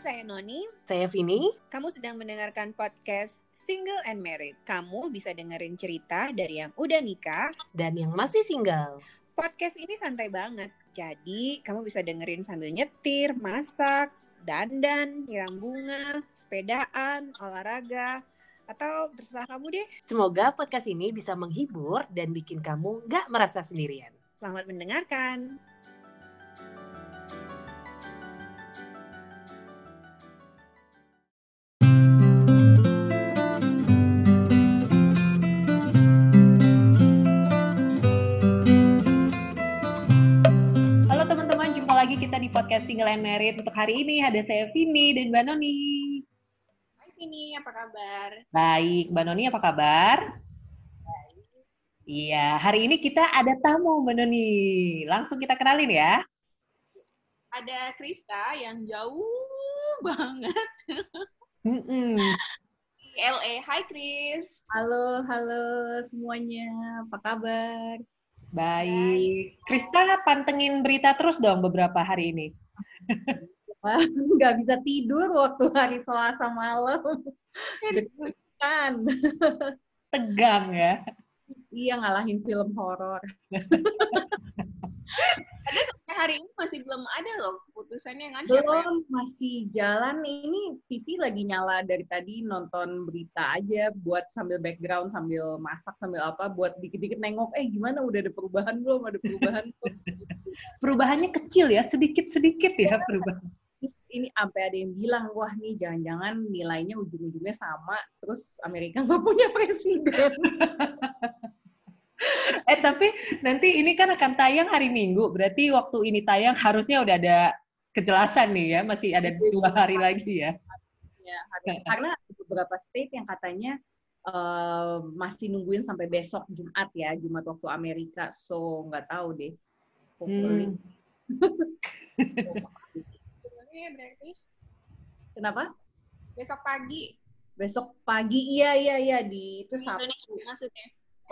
saya Noni. Saya Vini. Kamu sedang mendengarkan podcast Single and Married. Kamu bisa dengerin cerita dari yang udah nikah dan yang masih single. Podcast ini santai banget. Jadi, kamu bisa dengerin sambil nyetir, masak, dandan, nyiram bunga, sepedaan, olahraga, atau terserah kamu deh. Semoga podcast ini bisa menghibur dan bikin kamu nggak merasa sendirian. Selamat mendengarkan. Lagi kita di podcast Single and Married. Untuk hari ini ada saya Vini dan Mbak Noni. Hai Vini, apa kabar? Baik, Mbak Noni apa kabar? Baik. Iya, hari ini kita ada tamu Mbak Noni. Langsung kita kenalin ya. Ada Krista yang jauh banget. Di LA. Hai Kris. Halo semuanya. Apa kabar? Baik. Krista pantengin berita terus dong beberapa hari ini. Nggak bisa tidur waktu hari Selasa malam. Kan. Tegang ya. Iya, ngalahin film horor. Ada sampai hari ini masih belum ada loh keputusannya kan? Belum, masih jalan. Ini TV lagi nyala dari tadi, nonton berita aja buat sambil background, sambil masak, sambil apa, buat dikit-dikit nengok, gimana udah ada perubahan belum? Ada perubahan belum? Perubahannya kecil ya, sedikit-sedikit ya perubahan. Terus ini sampai ada yang bilang, wah nih jangan-jangan nilainya ujung-ujungnya sama, terus Amerika nggak punya presiden. Tapi nanti ini kan akan tayang hari Minggu, berarti waktu ini tayang harusnya udah ada kejelasan nih ya, masih ada 2 hari lagi ya. Ya harus, karena beberapa state yang katanya masih nungguin sampai besok Jumat ya, Jumat waktu Amerika, so nggak tahu deh. Hopefully. Berarti? Kenapa? Besok pagi. Besok pagi, iya di itu Sabtu. Maksudnya?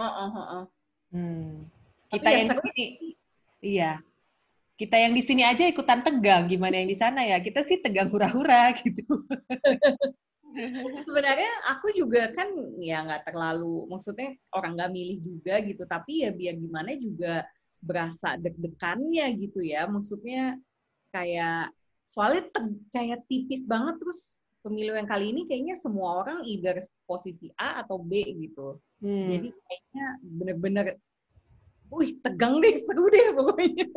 Kita yang di sini, iya. Kita yang di sini aja ikutan tegang, gimana yang di sana ya? Kita sih tegang hura-hura gitu. Sebenarnya aku juga kan ya nggak terlalu, maksudnya orang nggak milih juga gitu, tapi ya biar gimana juga berasa deg-degannya gitu ya. Maksudnya kayak soalnya kayak tipis banget, terus pemilu yang kali ini kayaknya semua orang either posisi A atau B gitu. Jadi kayaknya bener-bener tegang deh, seru deh pokoknya.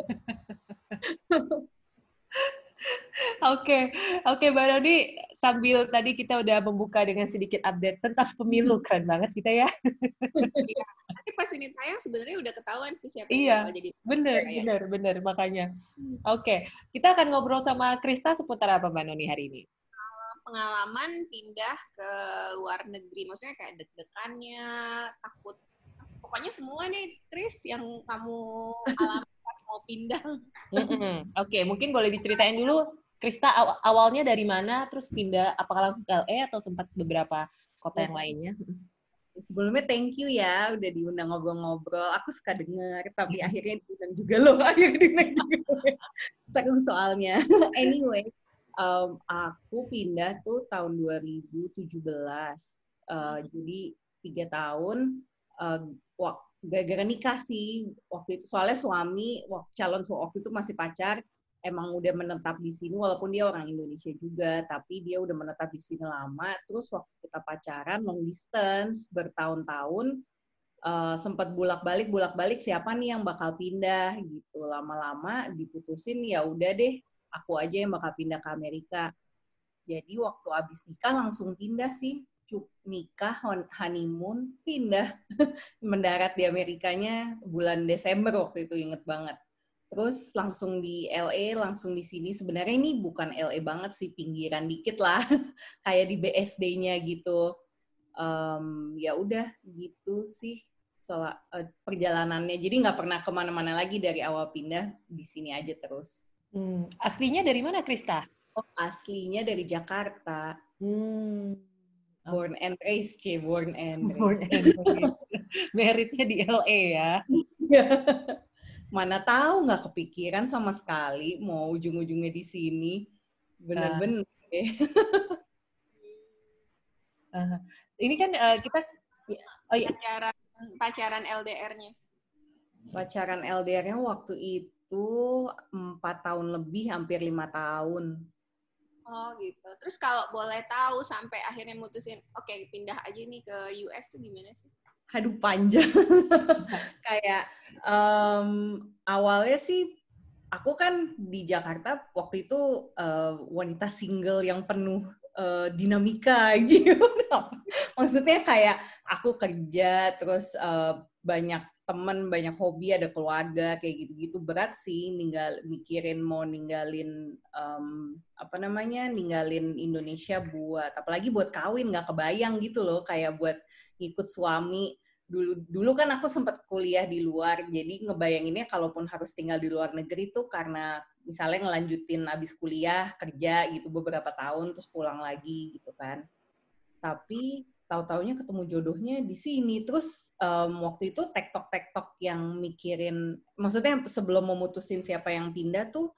Oke, Mbak Noni, sambil tadi kita udah membuka dengan sedikit update tentang pemilu, keren banget kita ya. Iya, nanti pas ini tayang sebenarnya udah ketahuan sih siapa yang bakal jadi. Bener, makanya. Oke, kita akan ngobrol sama Krista seputar apa Mbak Noni hari ini? Pengalaman pindah ke luar negeri, maksudnya kayak deg-degannya, takut, pokoknya semua nih, Kris, yang kamu alami pas mau pindah. Oke, mungkin boleh diceritain dulu, Krista awalnya dari mana, terus pindah, apakah langsung ke LA atau sempat beberapa kota yang lainnya? Sebelumnya thank you ya, udah diundang ngobrol-ngobrol. Aku suka denger, tapi akhirnya diundang juga loh. Seru soalnya. Anyway, aku pindah tuh tahun 2017. Jadi 3 tahun, gara-gara nikah sih waktu itu. Soalnya suami, calon waktu itu masih pacar, emang udah menetap di sini, walaupun dia orang Indonesia juga, tapi dia udah menetap di sini lama. Terus waktu kita pacaran, long distance, bertahun-tahun, sempat bolak-balik siapa nih yang bakal pindah gitu. Lama-lama diputusin, ya udah deh, aku aja yang bakal pindah ke Amerika. Jadi waktu abis nikah langsung pindah sih. Nikah, honeymoon, pindah. Mendarat di Amerikanya bulan Desember waktu itu, inget banget. Terus langsung di LA, langsung di sini. Sebenarnya ini bukan LA banget sih, pinggiran dikit lah. Kayak di BSD-nya gitu. Ya udah gitu sih perjalanannya. Jadi nggak pernah kemana-mana lagi dari awal pindah, di sini aja terus. Aslinya dari mana, Krista? Oh, aslinya dari Jakarta. Born and raised, born and raised. Meritnya di LA ya. Mana tahu, nggak kepikiran sama sekali mau ujung-ujungnya di sini. Bener-bener. Ini kan kita, oh iya, pacaran LDR-nya. Pacaran LDR-nya waktu itu 4 tahun lebih, hampir 5 tahun. Oh gitu. Terus kalau boleh tahu sampai akhirnya mutusin, oke, pindah aja nih ke US tuh gimana sih? Aduh, panjang. Kayak awalnya sih, aku kan di Jakarta waktu itu wanita single yang penuh dinamika gitu. Maksudnya kayak aku kerja, terus banyak temen, banyak hobi, ada keluarga, kayak gitu-gitu. Berat sih mikirin mau ninggalin ninggalin Indonesia apalagi buat kawin, nggak kebayang gitu loh, kayak buat ngikut suami. Dulu kan aku sempat kuliah di luar, jadi ngebayanginnya kalaupun harus tinggal di luar negeri tuh karena misalnya ngelanjutin abis kuliah, kerja gitu beberapa tahun, terus pulang lagi gitu kan. Tapi tahu-taunya ketemu jodohnya di sini. Terus waktu itu tektok-tektok yang mikirin, maksudnya sebelum memutusin siapa yang pindah tuh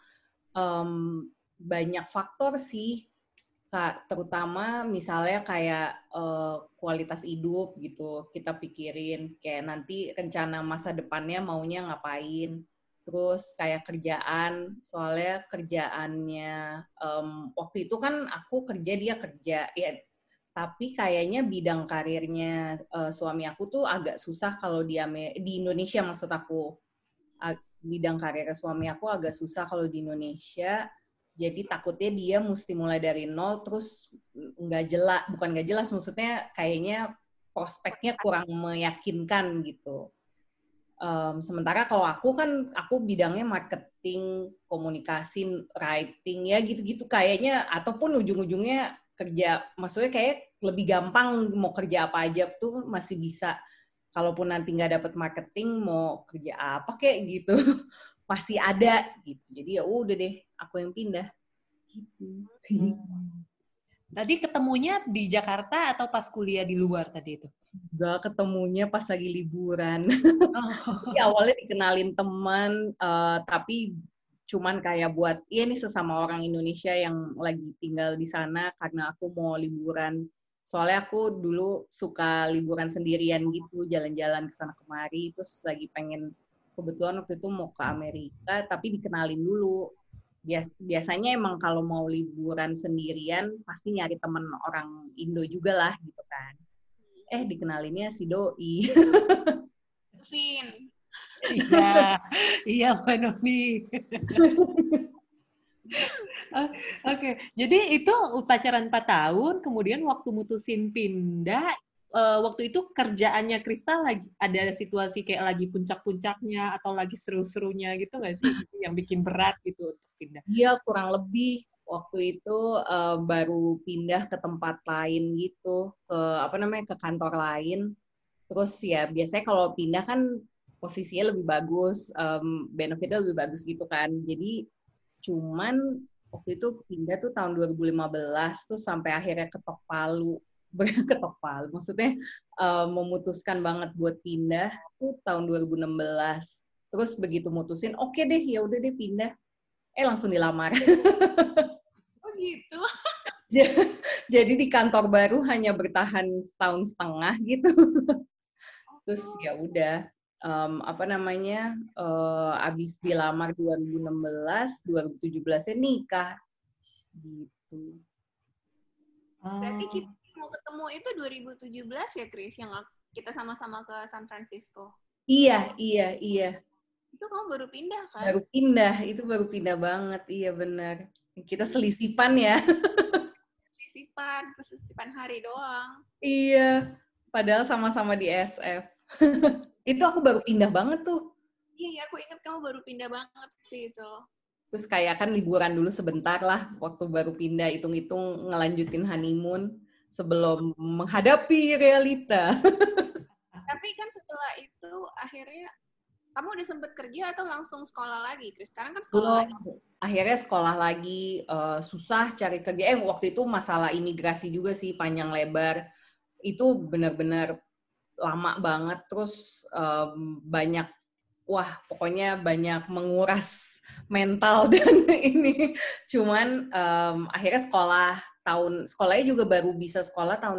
banyak faktor sih. Kak, terutama misalnya kayak kualitas hidup gitu, kita pikirin kayak nanti rencana masa depannya maunya ngapain, terus kayak kerjaan, soalnya kerjaannya waktu itu kan aku kerja, dia kerja, ya, tapi kayaknya bidang karirnya suami aku tuh agak susah kalau di Indonesia, maksud aku bidang karir suami aku agak susah kalau di Indonesia. Jadi takutnya dia mesti mulai dari nol, terus bukan nggak jelas, maksudnya kayaknya prospeknya kurang meyakinkan gitu. Sementara kalau aku bidangnya marketing, komunikasi, writing, ya gitu-gitu kayaknya, ataupun ujung-ujungnya kerja, maksudnya kayak lebih gampang mau kerja apa aja tuh masih bisa. Kalaupun nanti nggak dapet marketing, mau kerja apa kayak gitu. Masih ada gitu. Jadi ya udah deh, aku yang pindah. Gitu. Tadi ketemunya di Jakarta atau pas kuliah di luar tadi itu? Gak, ketemunya pas lagi liburan. Jadi awalnya dikenalin teman, tapi cuman kayak buat, iya nih sesama orang Indonesia yang lagi tinggal di sana karena aku mau liburan. Soalnya aku dulu suka liburan sendirian gitu, jalan-jalan ke sana kemari, terus lagi pengen, kebetulan waktu itu mau ke Amerika, tapi dikenalin dulu. Biasanya emang kalau mau liburan sendirian, pasti nyari temen orang Indo juga lah, gitu kan. Dikenalinnya si Doi. Vin. Iya, Mbak Noni. Oke, jadi itu pacaran 4 tahun, kemudian waktu mutusin pindah, waktu itu kerjaannya Kristal lagi ada situasi kayak lagi puncak-puncaknya atau lagi seru-serunya gitu nggak sih? Yang bikin berat gitu untuk pindah? Iya, kurang lebih. Waktu itu baru pindah ke tempat lain gitu, ke kantor lain. Terus ya biasanya kalau pindah kan posisinya lebih bagus, benefitnya lebih bagus gitu kan. Jadi cuman waktu itu pindah tuh tahun 2015 tuh sampai akhirnya ketok palu. Ketok palu. Maksudnya memutuskan banget buat pindah tuh tahun 2016. Terus begitu mutusin, oke deh, ya udah deh pindah. Langsung dilamar. Oh gitu. Jadi di kantor baru hanya bertahan setahun setengah gitu. Terus ya udah, abis dilamar 2016, 2017-nya nikah. Gitu. Berarti kita mau ketemu itu 2017 ya, Chris, yang kita sama-sama ke San Francisco. Iya. Itu kamu baru pindah kan? Itu baru pindah banget, iya benar. Kita selisipan ya. Selisipan hari doang. Iya, padahal sama-sama di SF. Itu aku baru pindah banget tuh. Iya, aku ingat kamu baru pindah banget sih itu. Terus kayak kan liburan dulu sebentar lah, waktu baru pindah, hitung-hitung ngelanjutin honeymoon sebelum menghadapi realita. Tapi kan setelah itu akhirnya kamu udah sempet kerja atau langsung sekolah lagi, Chris? Sekarang kan sekolah lagi. Akhirnya sekolah lagi, susah cari kerja. Waktu itu masalah imigrasi juga sih, panjang lebar. Itu benar-benar lama banget, terus banyak wah pokoknya banyak menguras mental dan ini. Cuman akhirnya sekolahnya juga baru bisa sekolah tahun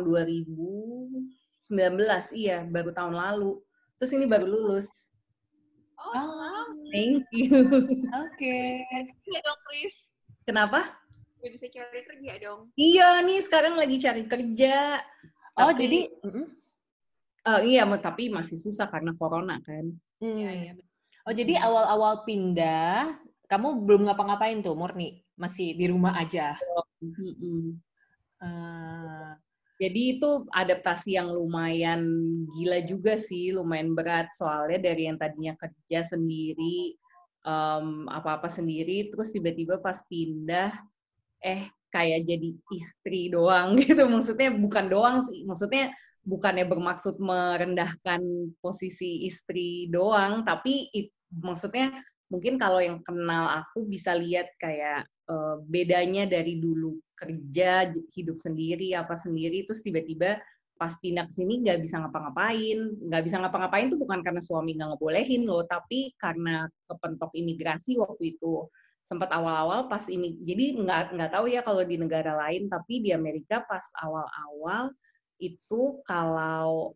2019, iya baru tahun lalu. Terus ini baru lulus. Oh, Oh, selamat. Thank you. oke. Iya dong, Chris. Kenapa? Udah bisa cari kerja dong. Iya nih sekarang lagi cari kerja. Oh, Tapi jadi iya, tapi masih susah karena corona kan. Iya. Oh, jadi awal-awal pindah, kamu belum ngapa-ngapain tuh, murni? Masih di rumah aja? Mm-mm. Eh, Jadi itu adaptasi yang lumayan gila juga sih, lumayan berat. Soalnya dari yang tadinya kerja sendiri, apa-apa sendiri, terus tiba-tiba pas pindah, kayak jadi istri doang gitu. Maksudnya bukan doang sih, maksudnya bukannya bermaksud merendahkan posisi istri doang, tapi maksudnya mungkin kalau yang kenal aku bisa lihat kayak bedanya dari dulu kerja, hidup sendiri, apa sendiri, terus tiba-tiba pas pindah ke sini nggak bisa ngapa-ngapain. Nggak bisa ngapa-ngapain tuh bukan karena suami nggak ngebolehin loh, tapi karena kepentok imigrasi waktu itu. Sempat awal-awal pas ini, jadi nggak tahu ya kalau di negara lain, tapi di Amerika pas awal-awal itu kalau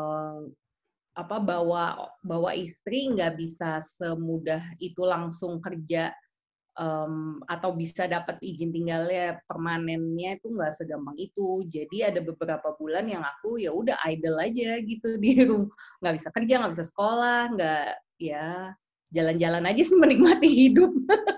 bawa istri nggak bisa semudah itu langsung kerja, atau bisa dapat izin tinggalnya permanennya itu nggak segampang itu. Jadi ada beberapa bulan yang aku ya udah idle aja gitu di rumah, nggak bisa kerja, nggak bisa sekolah, nggak, ya jalan-jalan aja sih menikmati hidup.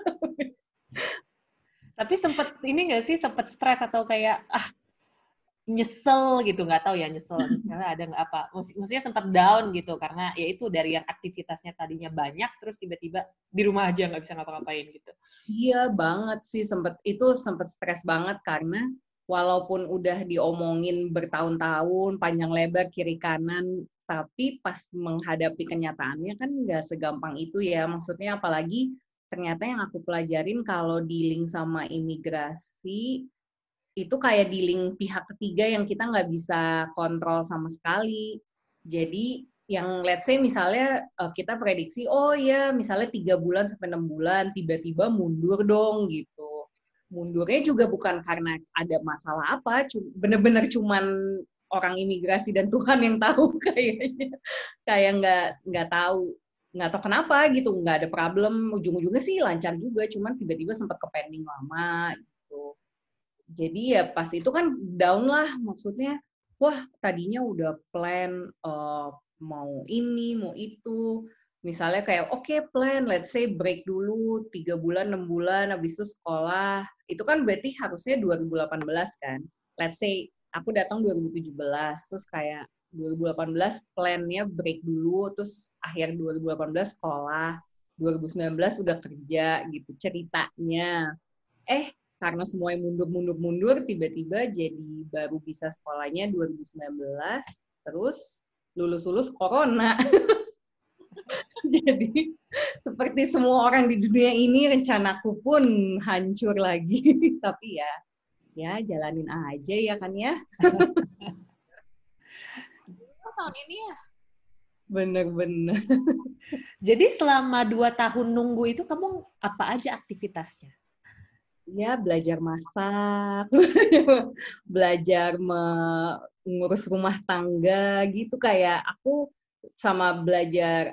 tapi sempet ini nggak sih, sempet stres atau kayak nyesel gitu, nggak tahu ya nyesel karena ada nggak apa, maksudnya sempat down gitu karena ya itu dari yang aktivitasnya tadinya banyak terus tiba-tiba di rumah aja nggak bisa ngapa-ngapain gitu. Iya banget sih, sempet stres banget karena walaupun udah diomongin bertahun-tahun panjang lebar kiri kanan, tapi pas menghadapi kenyataannya kan nggak segampang itu ya. Maksudnya apalagi ternyata yang aku pelajarin kalau dealing sama imigrasi itu kayak dealing pihak ketiga yang kita nggak bisa kontrol sama sekali. Jadi yang let's say misalnya kita prediksi, oh ya misalnya 3 bulan sampai 6 bulan, tiba-tiba mundur dong gitu. Mundurnya juga bukan karena ada masalah apa, bener-bener cuman orang imigrasi dan Tuhan yang tahu kayaknya. Kayak nggak tahu kenapa gitu, nggak ada problem, ujung-ujungnya sih lancar juga, cuman tiba-tiba sempat ke pending lama gitu. Jadi ya pas itu kan down lah, maksudnya wah tadinya udah plan mau ini mau itu, misalnya kayak oke, plan let's say break dulu 3 bulan 6 bulan habis itu sekolah, itu kan berarti harusnya 2018 kan, let's say aku datang 2017 terus kayak 2018 plannya break dulu, terus akhir 2018 sekolah, 2019 udah kerja gitu ceritanya. Karena semuanya mundur, tiba-tiba jadi baru bisa sekolahnya 2019, terus lulus corona. Jadi seperti semua orang di dunia ini, rencanaku pun hancur lagi. Tapi ya jalanin aja ya kan ya. Tahun ini ya? Bener-bener. Jadi selama 2 tahun nunggu itu kamu apa aja aktivitasnya? Ya belajar masak, belajar mengurus rumah tangga gitu, kayak aku sama belajar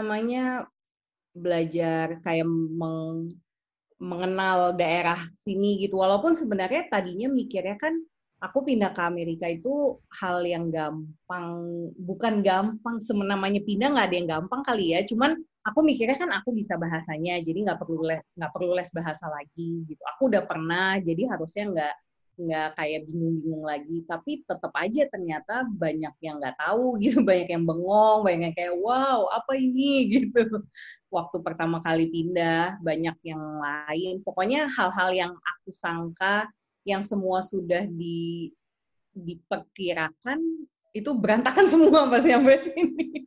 belajar kayak mengenal daerah sini gitu. Walaupun sebenarnya tadinya mikirnya kan aku pindah ke Amerika itu hal yang gampang, bukan gampang, namanya pindah nggak ada yang gampang kali ya. Cuman aku mikirnya kan aku bisa bahasanya, jadi nggak perlu les bahasa lagi gitu. Aku udah pernah, jadi harusnya nggak kayak bingung-bingung lagi. Tapi tetap aja ternyata banyak yang nggak tahu gitu, banyak yang bengong, banyak yang kayak wow apa ini gitu. Waktu pertama kali pindah, banyak yang lain. Pokoknya hal-hal yang aku sangka yang semua sudah diperkirakan itu berantakan semua pas sampai sini.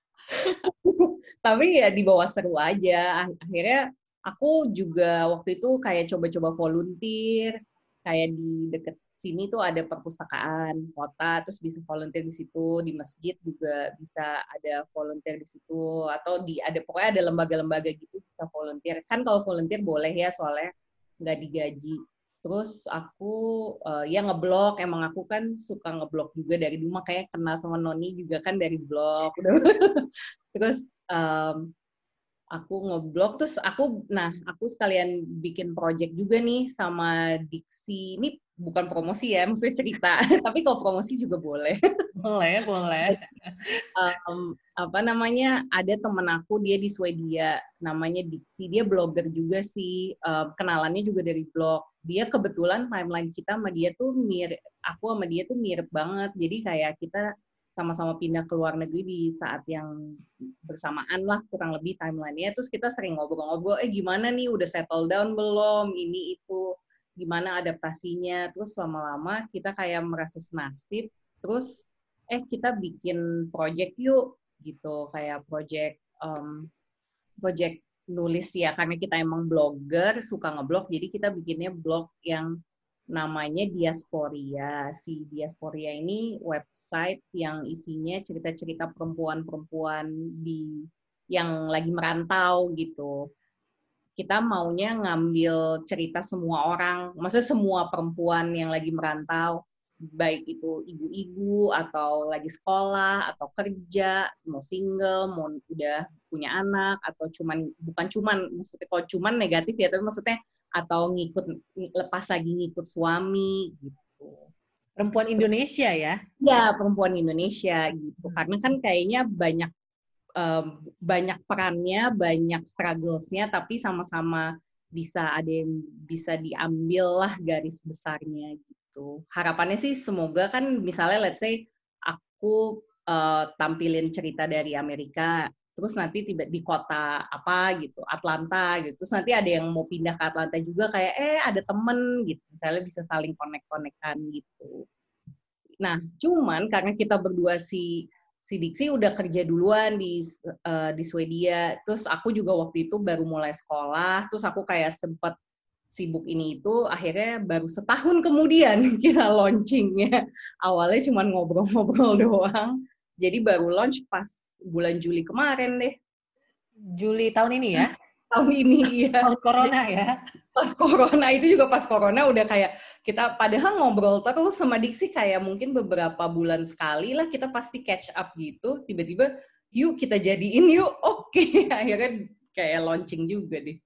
Tapi ya dibawa seru aja. Akhirnya aku juga waktu itu kayak coba-coba volunteer, kayak di deket sini tuh ada perpustakaan kota, terus bisa volunteer di situ, di masjid juga bisa ada volunteer di situ, atau pokoknya ada lembaga-lembaga gitu bisa volunteer. Kan kalau volunteer boleh ya, soalnya nggak digaji. Terus aku ya ngeblog, emang aku kan suka ngeblog juga dari dulu, makanya kenal sama Noni juga kan dari blog. Terus aku ngeblog, terus aku sekalian bikin project juga nih sama Diksi. Ini bukan promosi ya, maksudnya cerita. Tapi kalau promosi juga boleh. Boleh. Apa namanya, ada temen aku, dia di Swedia, namanya Diksi. Dia blogger juga sih, kenalannya juga dari blog. Dia kebetulan timeline kita sama dia tuh mirip, aku sama dia tuh mirip banget. Jadi kayak kita sama-sama pindah ke luar negeri di saat yang bersamaan lah, kurang lebih timeline-nya. Terus kita sering ngobrol-ngobrol, gimana nih, udah settle down belum, ini itu, gimana adaptasinya. Terus lama-lama kita kayak merasa senasib, terus kita bikin project yuk, gitu, kayak project nulis ya, karena kita emang blogger, suka ngeblog, jadi kita bikinnya blog yang namanya Diasporia. Si Diasporia ini website yang isinya cerita-cerita perempuan-perempuan yang lagi merantau gitu. Kita maunya ngambil cerita semua orang, maksudnya semua perempuan yang lagi merantau, baik itu ibu-ibu atau lagi sekolah atau kerja, mau single, mau udah punya anak, atau bukan cuman, maksudnya kalau cuman negatif ya, tapi maksudnya atau lepas lagi ngikut suami gitu. Perempuan Indonesia ya? Ya, perempuan Indonesia gitu. Karena kan kayaknya banyak perannya, banyak strugglesnya, tapi sama-sama ada yang bisa diambil lah garis besarnya gitu. Harapannya sih semoga kan misalnya let's say aku tampilin cerita dari Amerika, terus nanti tiba di kota apa gitu, Atlanta gitu, terus nanti ada yang mau pindah ke Atlanta juga, kayak ada temen gitu, misalnya bisa saling connect-connectan gitu. Nah, cuman karena kita berdua si Diksi udah kerja duluan di Swedia, terus aku juga waktu itu baru mulai sekolah, terus aku kayak sempet sibuk ini itu, akhirnya baru setahun kemudian kita launchingnya. Awalnya cuma ngobrol-ngobrol doang, jadi baru launch pas bulan Juli kemarin deh. Juli tahun ini ya? Tahun ini, ya. Tahun corona ya? Pas corona, itu juga pas corona udah kayak, kita padahal ngobrol terus sama Diksi kayak mungkin beberapa bulan sekali lah kita pasti catch up gitu, tiba-tiba yuk kita jadiin yuk, oke. Akhirnya kayak launching juga deh.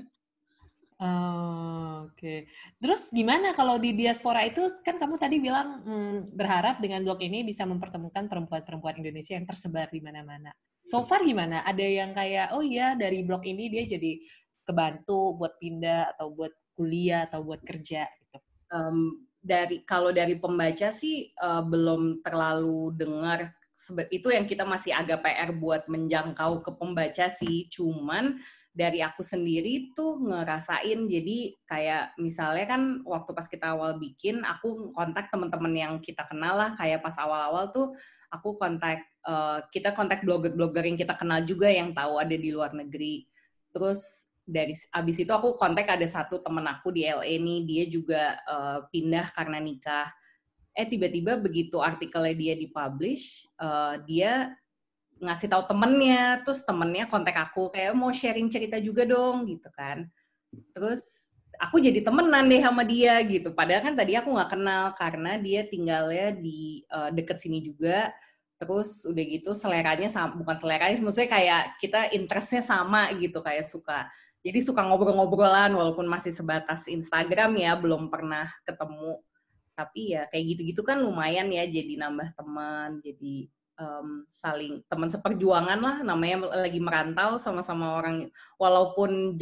Oke. Terus gimana kalau di diaspora itu, kan kamu tadi bilang berharap dengan blog ini bisa mempertemukan perempuan-perempuan Indonesia yang tersebar di mana-mana. So far gimana? Ada yang kayak, oh iya dari blog ini dia jadi kebantu buat pindah atau buat kuliah atau buat kerja gitu. Kalau dari pembaca sih belum terlalu dengar, itu yang kita masih agak PR buat menjangkau ke pembaca sih. Cuman dari aku sendiri tuh ngerasain, jadi kayak misalnya kan waktu pas kita awal bikin, aku kontak teman-teman yang kita kenal lah, kayak pas awal-awal tuh aku kita kontak blogger-blogger yang kita kenal juga yang tahu ada di luar negeri. Terus abis itu aku kontak ada satu temen aku di LA nih, dia juga pindah karena nikah. Tiba-tiba begitu artikelnya dia dipublish, dia ngasih tahu temennya, terus temennya kontak aku kayak mau sharing cerita juga dong gitu kan. Terus aku jadi temenan deh sama dia gitu. Padahal kan tadi aku nggak kenal karena dia tinggalnya di deket sini juga. Terus udah gitu seleranya sama, bukan seleranya, maksudnya kayak kita interestnya sama gitu, kayak suka. Jadi suka ngobrol-ngobrolan walaupun masih sebatas Instagram ya, belum pernah ketemu. Tapi ya kayak gitu-gitu kan lumayan ya, jadi nambah teman, jadi saling teman seperjuangan lah, namanya lagi merantau sama-sama orang, walaupun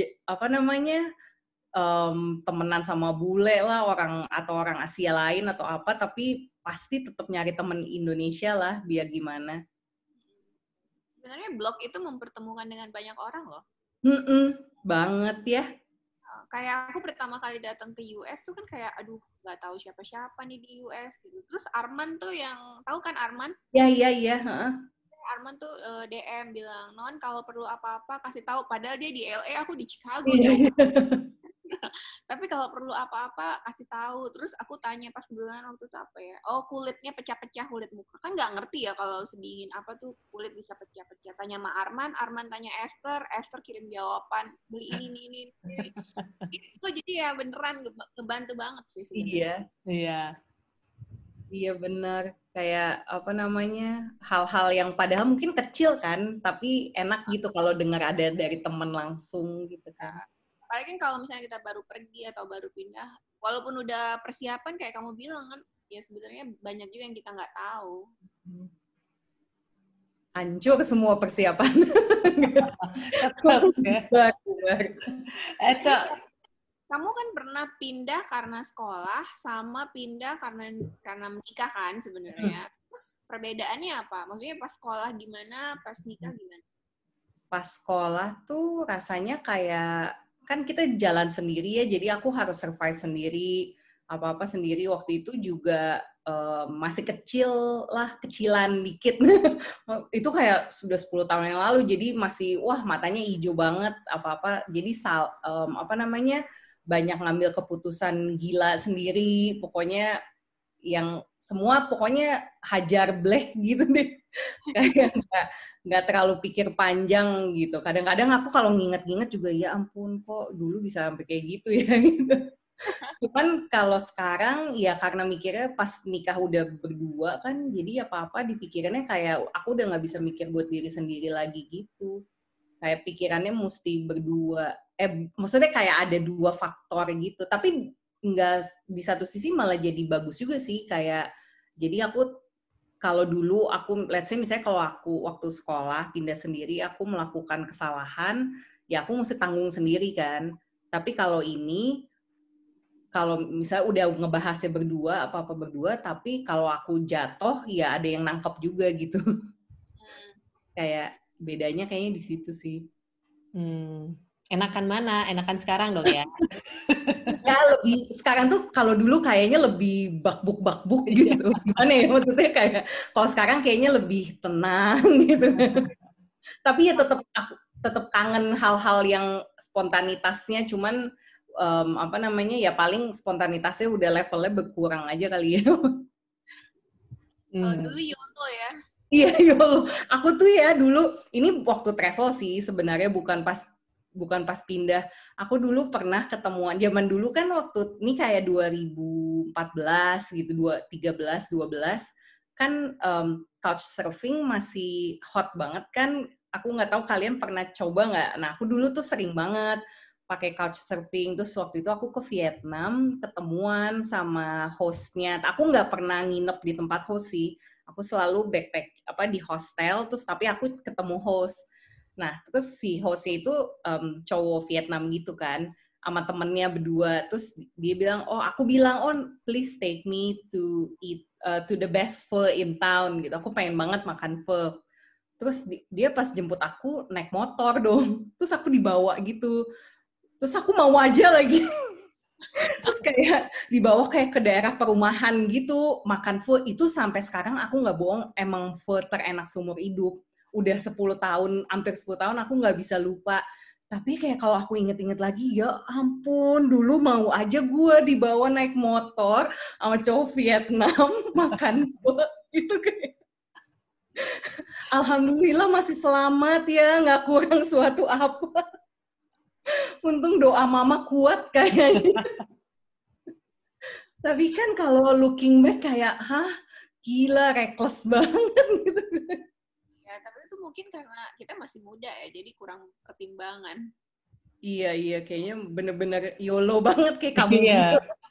temenan sama bule lah orang Asia lain atau apa, tapi pasti tetap nyari temen Indonesia lah biar gimana. Sebenarnya blog itu mempertemukan dengan banyak orang loh. Banget ya. Kayak aku pertama kali datang ke US tuh kan kayak, aduh, nggak tahu siapa-siapa nih di US gitu. Terus Arman tuh yang, tahu kan Arman? Iya. Arman tuh DM bilang, Non kalau perlu apa-apa kasih tahu. Padahal dia di LA, aku di Chicago. Tapi kalau perlu apa-apa kasih tahu. Terus aku tanya pas bulan waktu itu apa ya? Oh, kulitnya pecah-pecah, kulit muka. Kan nggak ngerti ya kalau sedingin apa tuh kulit bisa pecah-pecah. Tanya sama Arman, Arman tanya Esther, Esther kirim jawaban, beli ini. Itu jadi ya beneran ngebantu banget sih sebenarnya. Iya. Iya benar. Kayak apa namanya, hal-hal yang padahal mungkin kecil kan, tapi enak gitu kalau dengar ada dari teman langsung gitu kan. Apalagi kan kalau misalnya kita baru pergi atau baru pindah, walaupun udah persiapan kayak kamu bilang kan, ya sebenarnya banyak juga yang kita nggak tahu. Hancur semua persiapan. Kamu kan pernah pindah karena sekolah sama pindah karena menikah kan sebenarnya. Terus perbedaannya apa? Maksudnya pas sekolah gimana, pas nikah gimana? Pas sekolah tuh rasanya kayak kan kita jalan sendiri ya, jadi aku harus survive sendiri, apa-apa sendiri. Waktu itu juga masih kecil lah, kecilan dikit. Itu kayak sudah 10 tahun yang lalu, jadi masih matanya hijau banget, apa-apa. Jadi banyak ngambil keputusan gila sendiri, pokoknya yang semua pokoknya hajar bleh gitu deh. Kayak nggak terlalu pikir panjang gitu. Kadang-kadang aku kalau nginget-nginget juga, ya ampun kok dulu bisa sampai kayak gitu ya gitu. Cuman kalau sekarang ya karena mikirnya pas nikah udah berdua kan, jadi apa-apa dipikirannya kayak aku udah nggak bisa mikir buat diri sendiri lagi gitu. Kayak pikirannya mesti berdua. Maksudnya kayak ada dua faktor gitu. Tapi nggak, di satu sisi malah jadi bagus juga sih. Kayak jadi aku kalau dulu let's say misalnya kalau aku waktu sekolah pindah sendiri, aku melakukan kesalahan, ya aku mesti tanggung sendiri kan. Tapi kalau ini, kalau misalnya udah ngebahasnya berdua, apa-apa berdua, tapi kalau aku jatuh, ya ada yang nangkep juga gitu. Kayak bedanya kayaknya di situ sih. Enakan mana? Enakan sekarang dong ya? Ya lebih sekarang tuh, kalau dulu kayaknya lebih bakbuk gitu. Gimana ya maksudnya, kayak kalau sekarang kayaknya lebih tenang gitu. Tapi ya tetap kangen hal-hal yang spontanitasnya, cuman ya paling spontanitasnya udah levelnya berkurang aja kali ya. Dulu YOLO ya. Iya YOLO. Aku tuh ya dulu, ini waktu travel sih sebenarnya, bukan pas pindah. Aku dulu pernah ketemuan, zaman dulu kan waktu ini kayak 2014 gitu, 13, 12, kan couchsurfing masih hot banget kan. Aku nggak tahu kalian pernah coba nggak. Nah, aku dulu tuh sering banget pakai couchsurfing. Terus waktu itu aku ke Vietnam, ketemuan sama hostnya. Aku nggak pernah nginep di tempat host sih. Aku selalu backpack di hostel, terus tapi aku ketemu host. Nah, terus si hostnya itu cowok Vietnam gitu kan, sama temennya berdua. Terus dia bilang, aku bilang, please take me to eat to the best pho in town gitu. Aku pengen banget makan pho. Terus dia pas jemput aku naik motor dong. Terus aku dibawa gitu. Terus aku mau aja lagi. Terus kayak dibawa kayak ke daerah perumahan gitu, makan pho. Itu sampai sekarang aku nggak bohong, emang pho terenak seumur hidup. Udah 10 tahun, hampir 10 tahun aku nggak bisa lupa. Tapi kayak kalau aku inget-inget lagi, ya ampun, dulu mau aja gue dibawa naik motor sama cowok Vietnam makan pho. Itu kayak, alhamdulillah masih selamat ya, nggak kurang suatu apa. Untung doa mama kuat kayaknya. Tapi kan kalau looking back kayak, gila, reckless banget gitu. Ya, tapi itu mungkin karena kita masih muda ya, jadi kurang pertimbangan. Iya, kayaknya bener-bener YOLO banget kayak kamu. Iya.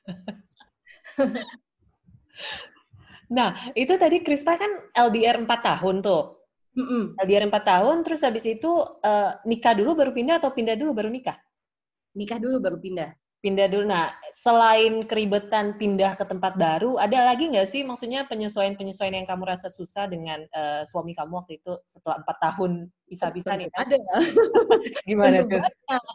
Nah, itu tadi Krista kan LDR 4 tahun tuh. LDR 4 tahun, terus habis itu nikah dulu baru pindah atau pindah dulu baru nikah? Nikah dulu baru pindah. Pindah dulu. Nah, selain keribetan pindah ke tempat baru, ada lagi nggak sih maksudnya penyesuaian-penyesuaian yang kamu rasa susah dengan suami kamu waktu itu setelah 4 tahun pisah-pisah nih? Ada. Gimana tuh?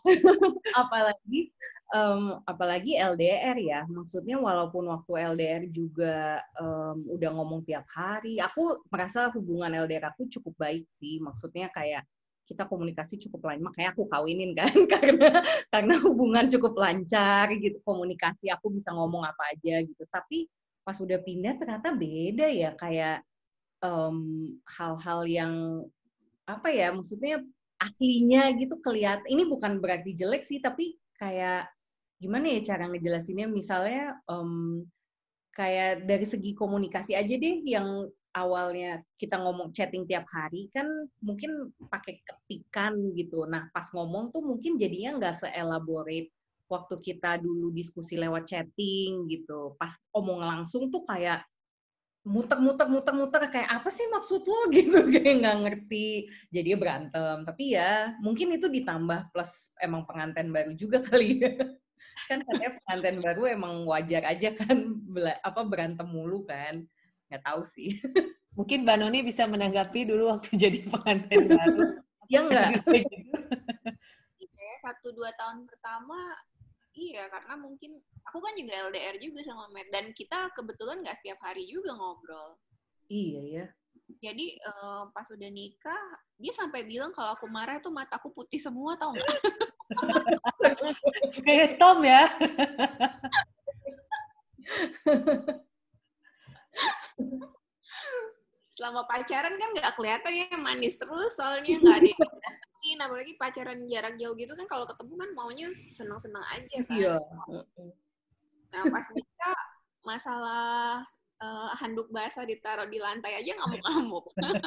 Apalagi LDR ya. Maksudnya walaupun waktu LDR juga udah ngomong tiap hari, aku merasa hubungan LDR aku cukup baik sih. Maksudnya kayak kita komunikasi cukup lancar, makanya aku kawinin kan karena hubungan cukup lancar gitu, komunikasi aku bisa ngomong apa aja gitu. Tapi pas udah pindah ternyata beda ya, kayak hal-hal yang apa ya, maksudnya aslinya gitu kelihatan. Ini bukan berarti jelek sih, tapi kayak gimana ya cara ngejelasinnya, misalnya kayak dari segi komunikasi aja deh, yang awalnya kita ngomong chatting tiap hari kan mungkin pakai ketikan gitu. Nah pas ngomong tuh mungkin jadinya nggak se-elaborate waktu kita dulu diskusi lewat chatting gitu. Pas omong langsung tuh kayak muter kayak apa sih maksud lo gitu, kayak nggak ngerti, jadinya berantem. Tapi ya mungkin itu ditambah plus emang pengantin baru juga kali ya. Kan katanya pengantin baru emang wajar aja kan berantem mulu kan, nggak tahu sih. Mungkin Mbak Noni bisa menanggapi dulu waktu jadi pengantin baru. Ya nggak? Iya, 1-2 tahun pertama, iya karena mungkin aku kan juga LDR juga sama Matt, dan kita kebetulan nggak setiap hari juga ngobrol. Iya ya. Jadi pas udah nikah, dia sampai bilang kalau aku marah tuh mataku putih semua, tau nggak? Kayak Tom ya. Selama pacaran kan nggak kelihatan ya, manis terus soalnya, nggak ada yang datengin, apalagi pacaran jarak jauh gitu kan, kalau ketemu kan maunya senang-senang aja kan. Iya. Nah pas nikah, masalah handuk basah ditaruh di lantai aja ngamuk-ngamuk.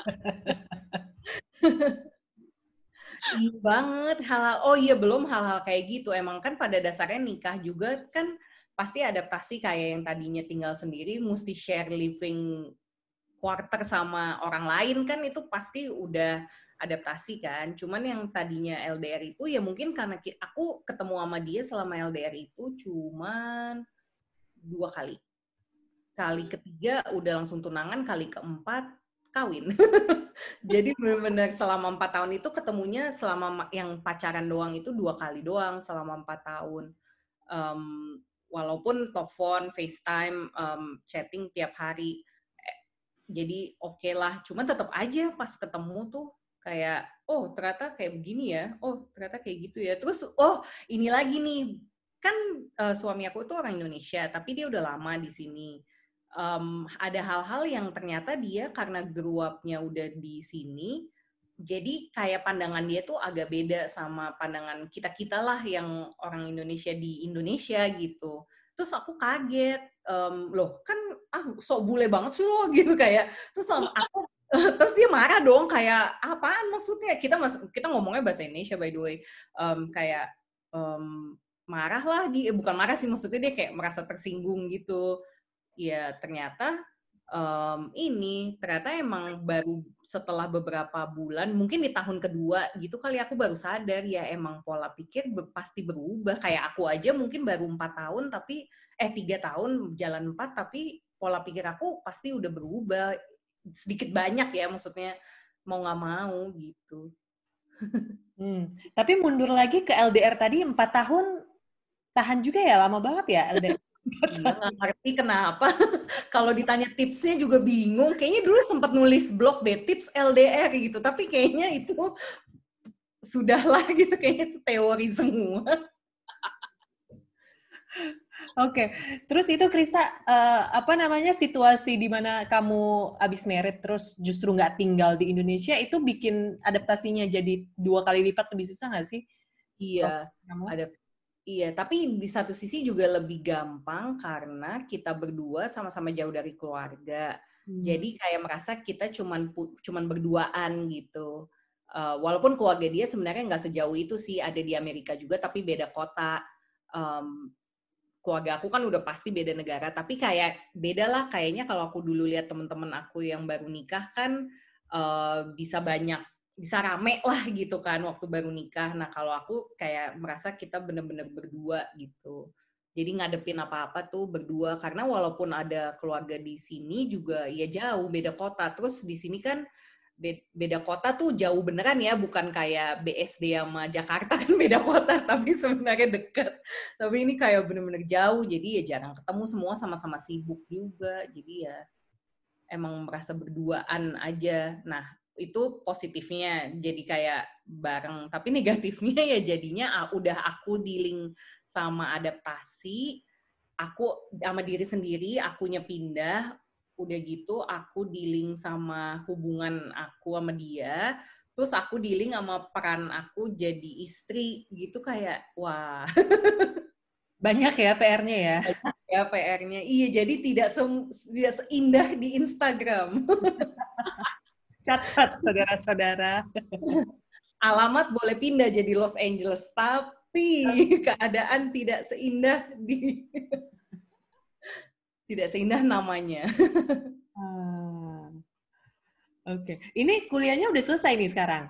Iya banget, hal-hal, oh iya belum hal-hal kayak gitu, emang kan pada dasarnya nikah juga kan pasti adaptasi, kayak yang tadinya tinggal sendiri mesti share living quarter sama orang lain kan, itu pasti udah adaptasi kan. Cuman yang tadinya LDR itu ya mungkin karena aku ketemu sama dia selama LDR itu cuman 2 kali. Kali ketiga udah langsung tunangan, kali keempat kawin. Jadi benar-benar selama 4 tahun itu ketemunya, selama yang pacaran doang itu 2 kali doang selama 4 tahun. Walaupun telepon, FaceTime, chatting tiap hari. Jadi oke lah, cuman tetap aja pas ketemu tuh kayak, oh ternyata kayak begini ya, oh ternyata kayak gitu ya. Terus oh ini lagi nih, kan suami aku tuh orang Indonesia, tapi dia udah lama di sini. Ada hal-hal yang ternyata dia karena grew up-nya udah di sini, jadi kayak pandangan dia tuh agak beda sama pandangan kita-kita lah yang orang Indonesia di Indonesia gitu. Terus aku kaget, loh kan sok bule banget sih lo gitu kayak. Terus aku terus dia marah dong, kayak apaan maksudnya? Kita ngomongnya bahasa Indonesia by the way. Kayak marah lah dia, bukan marah sih, maksudnya dia kayak merasa tersinggung gitu. Ya ternyata ternyata emang baru setelah beberapa bulan, mungkin di tahun kedua gitu kali aku baru sadar ya emang pola pikir pasti berubah. Kayak aku aja mungkin baru 4 tahun tapi 3 tahun jalan 4, tapi pola pikir aku pasti udah berubah sedikit banyak ya, maksudnya mau nggak mau gitu. Tapi mundur lagi ke LDR tadi 4 tahun, tahan juga ya, lama banget ya LDR. Iya, nggak ngerti kenapa. Kalau ditanya tipsnya juga bingung. Kayaknya dulu sempat nulis blog deh, tips LDR gitu. Tapi kayaknya itu sudahlah gitu, kayaknya itu teori semua. Oke, terus itu Krista, situasi di mana kamu abis married terus justru nggak tinggal di Indonesia, itu bikin adaptasinya jadi 2 kali lipat lebih susah nggak sih? Iya, iya, tapi di satu sisi juga lebih gampang karena kita berdua sama-sama jauh dari keluarga. Jadi kayak merasa kita cuman berduaan gitu. Walaupun keluarga dia sebenarnya nggak sejauh itu sih, ada di Amerika juga tapi beda kota. Keluarga aku kan udah pasti beda negara, tapi kayak beda lah kayaknya kalau aku dulu lihat teman-teman aku yang baru nikah kan bisa rame lah gitu kan waktu baru nikah. Nah kalau aku kayak merasa kita bener-bener berdua gitu. Jadi ngadepin apa-apa tuh berdua, karena walaupun ada keluarga di sini juga ya jauh beda kota. Terus di sini kan beda kota tuh jauh beneran ya, bukan kayak BSD sama Jakarta kan beda kota tapi sebenarnya deket. Tapi ini kayak bener-bener jauh, jadi ya jarang ketemu, semua sama-sama sibuk juga. Jadi ya emang merasa berduaan aja. Nah, itu positifnya jadi kayak bareng, tapi negatifnya ya jadinya udah aku dealing sama adaptasi, aku sama diri sendiri, akunya pindah, udah gitu aku dealing sama hubungan aku sama dia, terus aku dealing sama peran aku jadi istri gitu, kayak wah. Banyak ya PR-nya ya. Banyak ya PR-nya. Iya, jadi tidak seindah di Instagram. Catat, saudara-saudara. Alamat boleh pindah jadi Los Angeles, tapi keadaan tidak seindah tidak seindah namanya. Oke. Ini kuliahnya udah selesai nih sekarang?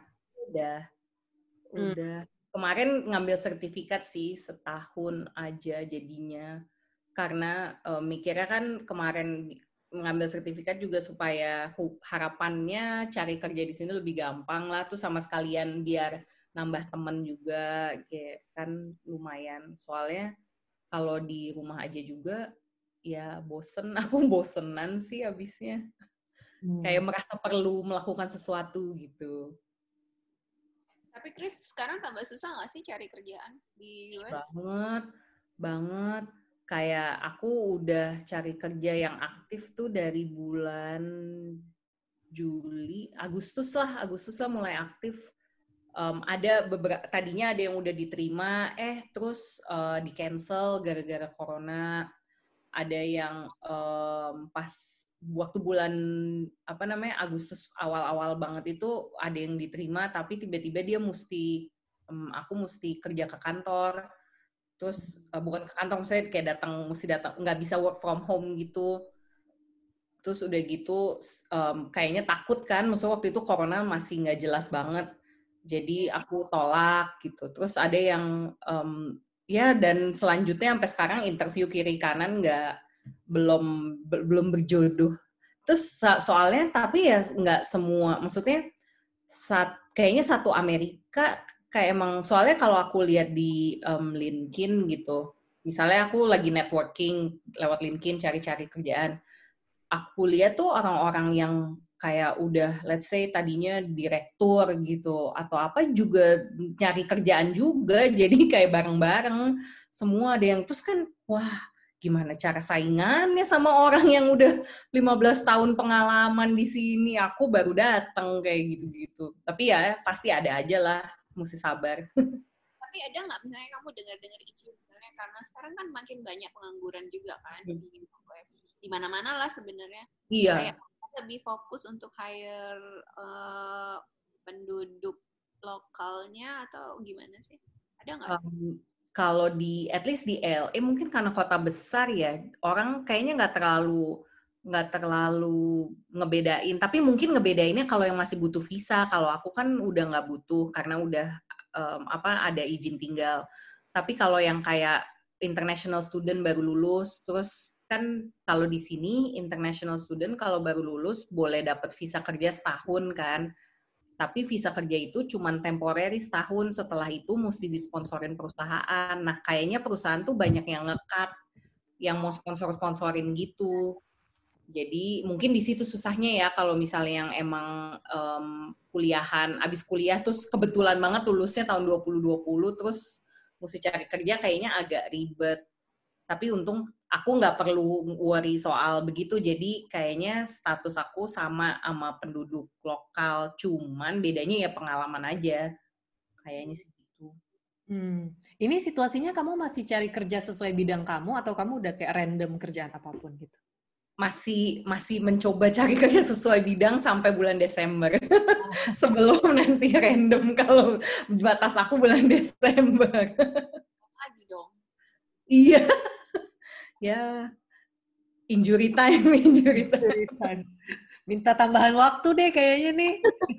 Udah. Kemarin ngambil sertifikat sih, setahun aja jadinya. Karena mikirnya kan kemarin ngambil sertifikat juga supaya harapannya cari kerja di sini lebih gampang lah, tuh sama sekalian biar nambah temen juga, kayak kan lumayan. Soalnya kalau di rumah aja juga ya bosen, aku bosenan sih abisnya. Kayak merasa perlu melakukan sesuatu gitu. Tapi Chris, sekarang tambah susah nggak sih cari kerjaan di US? Banget. Kayak aku udah cari kerja yang aktif tuh dari bulan Agustus lah mulai aktif. Ada beberapa, tadinya ada yang udah diterima, terus di-cancel gara-gara corona. Ada yang pas waktu bulan Agustus awal-awal banget itu ada yang diterima, tapi tiba-tiba dia aku mesti kerja ke kantor. Terus bukan ke kantor, maksudnya kayak mesti datang, nggak bisa work from home gitu. Terus udah gitu kayaknya takut kan, maksudnya waktu itu corona masih nggak jelas banget. Jadi aku tolak gitu. Terus ada yang dan selanjutnya sampai sekarang interview kiri kanan belum berjodoh. Terus soalnya tapi ya nggak semua, maksudnya kayaknya satu Amerika kayak emang, soalnya kalau aku lihat di LinkedIn gitu, misalnya aku lagi networking lewat LinkedIn cari-cari kerjaan, aku lihat tuh orang-orang yang kayak udah let's say tadinya direktur gitu atau apa juga nyari kerjaan juga, jadi kayak bareng-bareng semua ada yang, terus kan wah gimana cara saingannya sama orang yang udah 15 tahun pengalaman di sini, aku baru datang kayak gitu-gitu. Tapi ya pasti ada aja lah, mesti sabar. Tapi ada nggak misalnya kamu dengar-dengar isu misalnya, karena sekarang kan makin banyak pengangguran juga kan di mana-mana lah sebenarnya. Iya. Kayak lebih fokus untuk hire penduduk lokalnya atau gimana sih? Ada nggak? Kalau at least di LA mungkin karena kota besar ya, orang kayaknya nggak terlalu ngebedain. Tapi mungkin ngebedainnya kalau yang masih butuh visa. Kalau aku kan udah nggak butuh karena udah ada izin tinggal. Tapi kalau yang kayak international student baru lulus, terus kan kalau di sini international student kalau baru lulus boleh dapat visa kerja setahun kan. Tapi visa kerja itu cuma temporary setahun, setelah itu mesti disponsorin perusahaan. Nah, kayaknya perusahaan tuh banyak yang nge-cut, yang mau sponsor-sponsorin gitu. Jadi mungkin di situ susahnya ya, kalau misalnya yang emang kuliahan, abis kuliah terus kebetulan banget lulusnya tahun 2020, terus mesti cari kerja kayaknya agak ribet. Tapi untung aku nggak perlu worry soal begitu, jadi kayaknya status aku sama penduduk lokal, cuman bedanya ya pengalaman aja, kayaknya sih gitu. Ini situasinya kamu masih cari kerja sesuai bidang kamu atau kamu udah kayak random kerjaan apapun gitu? Masih mencoba cari kerja sesuai bidang sampai bulan Desember. Sebelum nanti random, kalau batas aku bulan Desember. Lagi dong. Iya. Ya, injury time. Minta tambahan waktu deh kayaknya nih.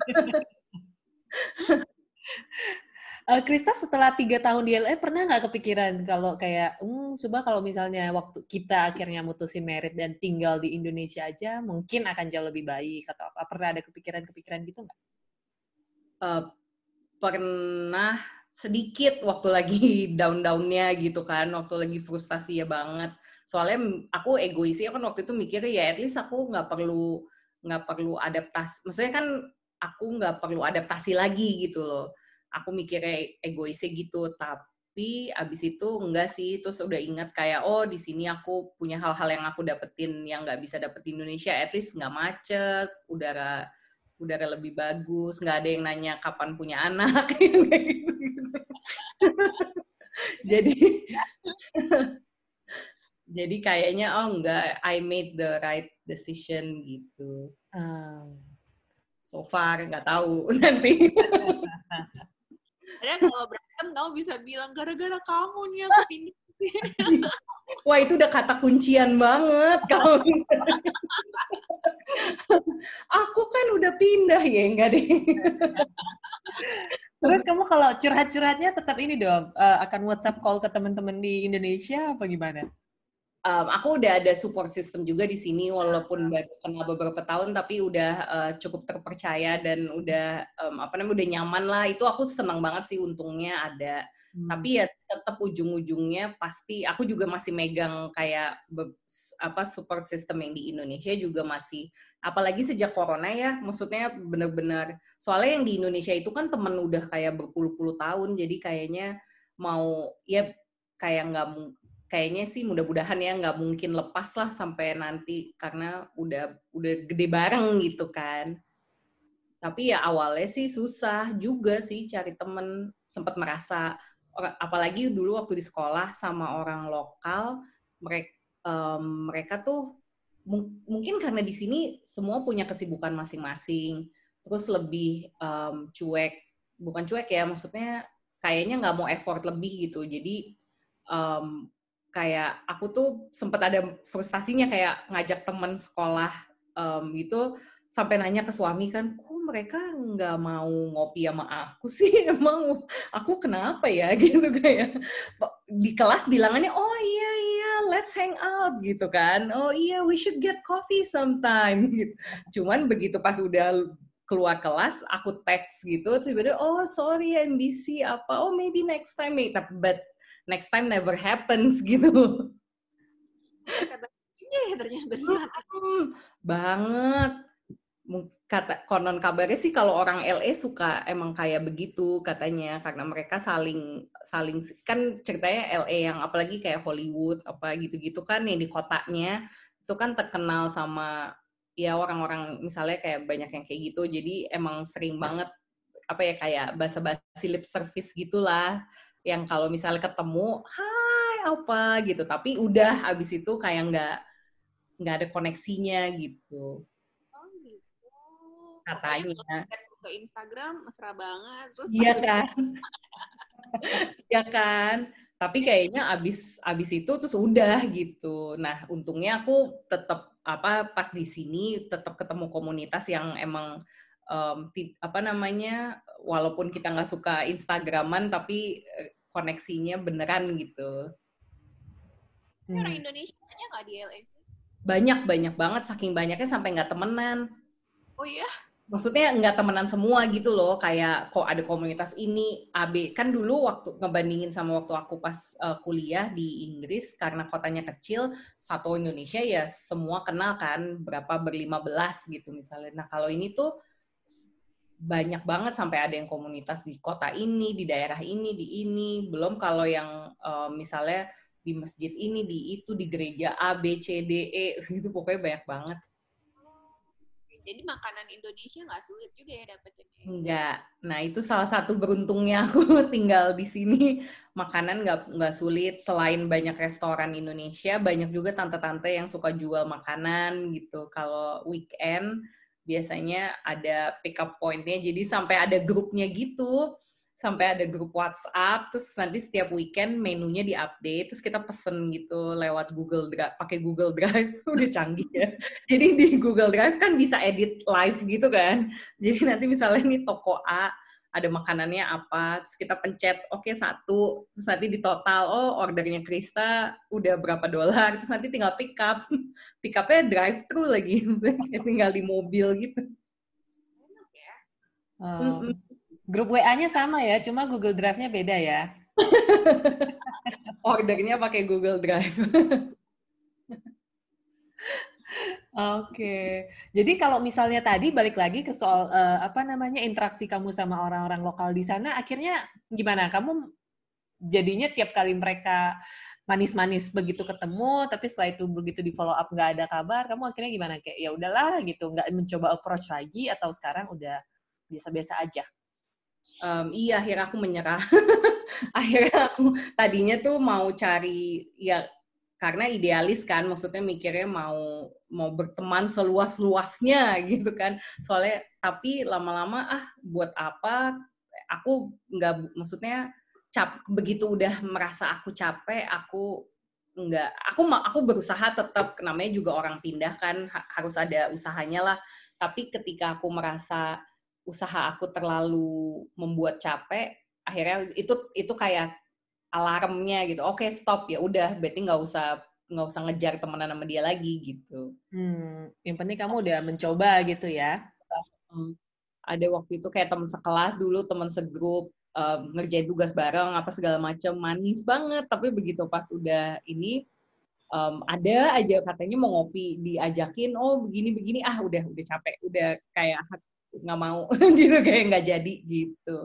Krista setelah 3 tahun di LA pernah nggak kepikiran kalau kayak, coba kalau misalnya waktu kita akhirnya mutusin merit dan tinggal di Indonesia aja, mungkin akan jauh lebih baik atau apa? Pernah ada kepikiran-kepikiran gitu nggak? Pernah sedikit waktu lagi down-downnya gitu kan, waktu lagi frustasi ya banget. Soalnya aku egoisnya kan waktu itu mikirnya ya at least aku nggak perlu adaptasi. Maksudnya kan aku nggak perlu adaptasi lagi gitu loh. Aku mikirnya egoisnya gitu, tapi abis itu enggak sih, terus udah ingat kayak oh di sini aku punya hal-hal yang aku dapetin yang nggak bisa dapet di Indonesia, at least nggak macet, udara lebih bagus, nggak ada yang nanya kapan punya anak kayak gitu. Jadi kayaknya oh enggak, I made the right decision gitu. So far nggak tahu nanti. Padahal kalau berantem kamu bisa bilang gara-gara kamu nih aku pindah ke sini. Wah itu udah kata kuncian banget kalau aku kan udah pindah ya enggak deh. Terus kamu kalau curhat-curhatnya tetap ini dong, akan WhatsApp call ke teman-teman di Indonesia apa gimana? Aku udah ada support system juga di sini walaupun baru kenal beberapa tahun tapi udah cukup terpercaya dan udah udah nyaman lah. Itu aku senang banget sih untungnya ada. Tapi ya tetap ujung-ujungnya pasti aku juga masih megang kayak support system yang di Indonesia juga masih, apalagi sejak corona ya, maksudnya benar-benar soalnya yang di Indonesia itu kan temen udah kayak berpuluh-puluh tahun, jadi kayaknya mau ya kayak kayaknya sih mudah-mudahan ya nggak mungkin lepas lah sampai nanti karena udah gede bareng gitu kan. Tapi ya awalnya sih susah juga sih cari temen, sempat merasa apalagi dulu waktu di sekolah sama orang lokal, mereka tuh mungkin karena di sini semua punya kesibukan masing-masing, terus lebih bukan cuek ya, maksudnya kayaknya nggak mau effort lebih gitu. Jadi kayak aku tuh sempat ada frustasinya kayak ngajak teman sekolah gitu sampai nanya ke suami kan, kok mereka nggak mau ngopi sama aku sih, emang aku kenapa ya gitu, kayak di kelas bilangannya oh iya let's hang out gitu kan, oh iya we should get coffee sometime gitu. Cuman begitu pas udah keluar kelas aku teks gitu tiba-tiba oh sorry I'm busy apa, oh maybe next time, but next time never happens gitu. Iya ya ternyata di sana. Banget. Konon kabarnya sih kalau orang LA suka emang kayak begitu katanya, karena mereka saling kan ceritanya LA yang apalagi kayak Hollywood apa gitu-gitu kan yang di kotanya itu kan terkenal sama ya orang-orang misalnya kayak banyak yang kayak gitu, jadi emang sering banget apa ya kayak basa-basi lip service gitulah, yang kalau misalnya ketemu hai apa gitu tapi udah abis itu kayak nggak ada koneksinya gitu. Oh gitu. Katanya. Ke Instagram mesra banget terus Iya kan? Iya kan? Tapi kayaknya abis itu terus udah gitu. Nah, untungnya aku tetap pas di sini tetap ketemu komunitas yang emang walaupun kita nggak suka Instagraman tapi koneksinya beneran gitu. Orang Indonesia aja nggak di LA sih? Banyak banget, saking banyaknya sampai nggak temenan. Oh iya? Maksudnya nggak temenan semua gitu loh, kayak kok ada komunitas ini, AB. Kan dulu waktu ngebandingin sama waktu aku pas kuliah di Inggris, karena kotanya kecil, satu Indonesia ya semua kenal kan, ber-15 gitu misalnya. Nah kalau ini tuh banyak banget sampai ada yang komunitas di kota ini, di daerah ini, di ini. Belum kalau yang misalnya di masjid ini, di itu, di gereja A, B, C, D, E, gitu pokoknya banyak banget. Jadi makanan Indonesia nggak sulit juga ya dapetinnya? Enggak. Nah itu salah satu beruntungnya aku tinggal di sini. Makanan nggak sulit. Selain banyak restoran Indonesia, banyak juga tante-tante yang suka jual makanan gitu. Kalau weekend biasanya ada pick up point-nya. Jadi sampai ada grupnya gitu. Sampai ada grup WhatsApp, terus nanti setiap weekend menunya di-update, terus kita pesen gitu lewat Google Drive, pakai Google Drive, udah canggih ya. Jadi di Google Drive kan bisa edit live gitu kan. Jadi nanti misalnya nih toko A, ada makanannya apa, terus kita pencet, oke, 1, terus nanti di total, oh ordernya Krista udah berapa $, terus nanti tinggal pick up. Pick up-nya drive-thru lagi, tinggal di mobil gitu. Enak ya? Grup WA-nya sama ya, cuma Google Drive-nya beda ya. Ordernya pakai Google Drive. Oke. Jadi kalau misalnya tadi balik lagi ke soal apa namanya interaksi kamu sama orang-orang lokal di sana, akhirnya gimana? Kamu jadinya tiap kali mereka manis-manis begitu ketemu, tapi setelah itu begitu di follow up nggak ada kabar, kamu akhirnya gimana? Kayak ya udahlah gitu, nggak mencoba approach lagi atau sekarang udah biasa-biasa aja? Iya, akhirnya aku menyerah. Akhirnya aku tadinya tuh mau cari, ya karena idealis kan, maksudnya mikirnya mau berteman seluas-luasnya gitu kan. Soalnya tapi lama-lama buat apa? Aku nggak, maksudnya begitu udah merasa aku capek, aku nggak, aku berusaha tetap, namanya juga orang pindah kan, harus ada usahanya lah. Tapi ketika aku merasa usaha aku terlalu membuat capek, akhirnya itu kayak alarmnya gitu. Oke, stop, ya udah, berarti nggak usah ngejar temenan sama dia lagi gitu. Yang penting kamu udah mencoba gitu ya. Ada waktu itu kayak teman sekelas dulu, teman segrup, ngerjain tugas bareng apa segala macam, manis banget. Tapi begitu pas udah ini, ada aja katanya mau ngopi, diajakin, oh begini-begini, udah capek, udah kayak nggak mau gitu, kayak nggak jadi gitu.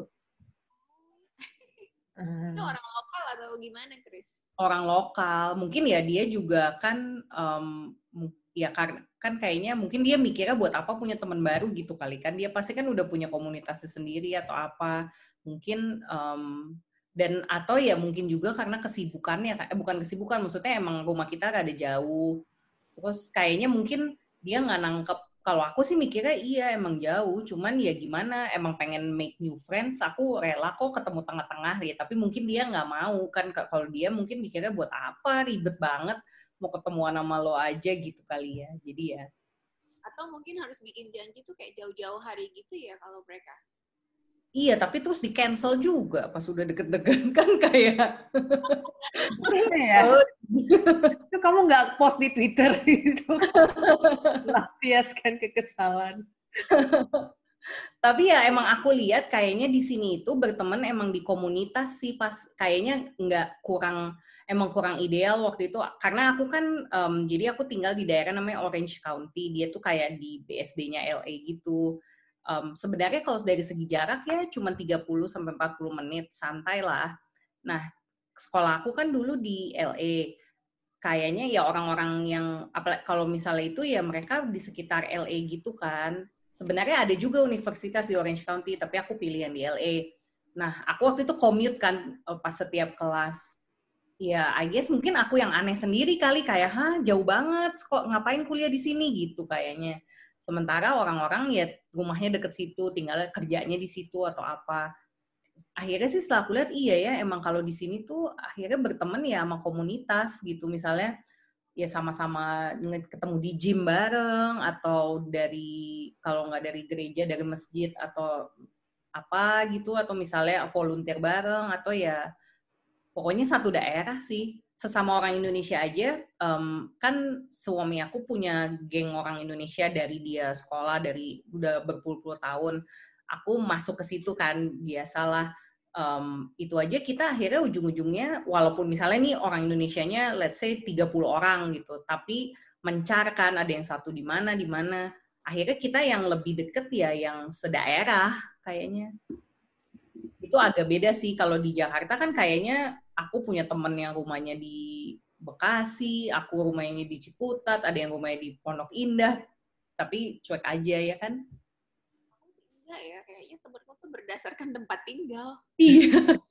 Itu orang lokal atau gimana, Chris? Orang lokal, mungkin ya dia juga kan, ya kan kayaknya mungkin dia mikirnya buat apa punya teman baru gitu kali kan, dia pasti kan udah punya komunitasnya sendiri atau apa, mungkin dan atau ya mungkin juga karena kesibukannya, bukan kesibukan, maksudnya emang rumah kita rada jauh, terus kayaknya mungkin dia nggak nangkep. Kalau aku sih mikirnya iya emang jauh, cuman ya gimana, emang pengen make new friends, aku rela kok ketemu tengah-tengah ya, tapi mungkin dia nggak mau kan, kalau dia mungkin mikirnya buat apa, ribet banget, mau ketemuan sama lo aja gitu kali ya, jadi ya. Atau mungkin harus bikin janji tuh kayak jauh-jauh hari gitu ya kalau mereka. Iya, tapi terus di cancel juga pas udah deket-deket kan kayak. ya. Itu kamu nggak post di Twitter gitu. Lampiaskan kekesalan. Tapi ya emang aku lihat kayaknya di sini itu berteman emang di komunitas sih, pas kayaknya emang kurang ideal waktu itu, karena aku kan jadi aku tinggal di daerah namanya Orange County, dia tuh kayak di BSD-nya LA gitu. Sebenarnya kalau dari segi jarak ya cuma 30 sampai 40 menit santai lah. Nah, sekolah aku kan dulu di LA. Kayaknya ya orang-orang yang kalau misalnya itu ya mereka di sekitar LA gitu kan. Sebenarnya ada juga universitas di Orange County, tapi aku pilih yang di LA. Nah, aku waktu itu commute kan pas setiap kelas. Ya, I guess mungkin aku yang aneh sendiri kali, kayak, jauh banget, kok ngapain kuliah di sini gitu kayaknya. Sementara orang-orang ya rumahnya deket situ, tinggal kerjanya di situ atau apa. Akhirnya sih setelah aku lihat, iya ya, emang kalau di sini tuh akhirnya berteman ya sama komunitas gitu. Misalnya ya sama-sama ketemu di gym bareng, atau kalau nggak dari gereja, dari masjid atau apa gitu, atau misalnya volunteer bareng, atau ya pokoknya satu daerah sih. Sesama orang Indonesia aja, kan suami aku punya geng orang Indonesia dari dia sekolah, dari udah berpuluh-puluh tahun. Aku masuk ke situ kan, biasalah. Itu aja kita akhirnya ujung-ujungnya, walaupun misalnya nih orang Indonesianya let's say 30 orang gitu, tapi mencar kan, ada yang satu di mana, akhirnya kita yang lebih deket ya yang sedaerah kayaknya. Itu agak beda sih. Kalau di Jakarta kan kayaknya aku punya temen yang rumahnya di Bekasi, aku rumahnya di Ciputat, ada yang rumahnya di Pondok Indah, tapi cuek aja ya kan. Enggak ya, kayaknya temenku tuh berdasarkan tempat tinggal. Iya.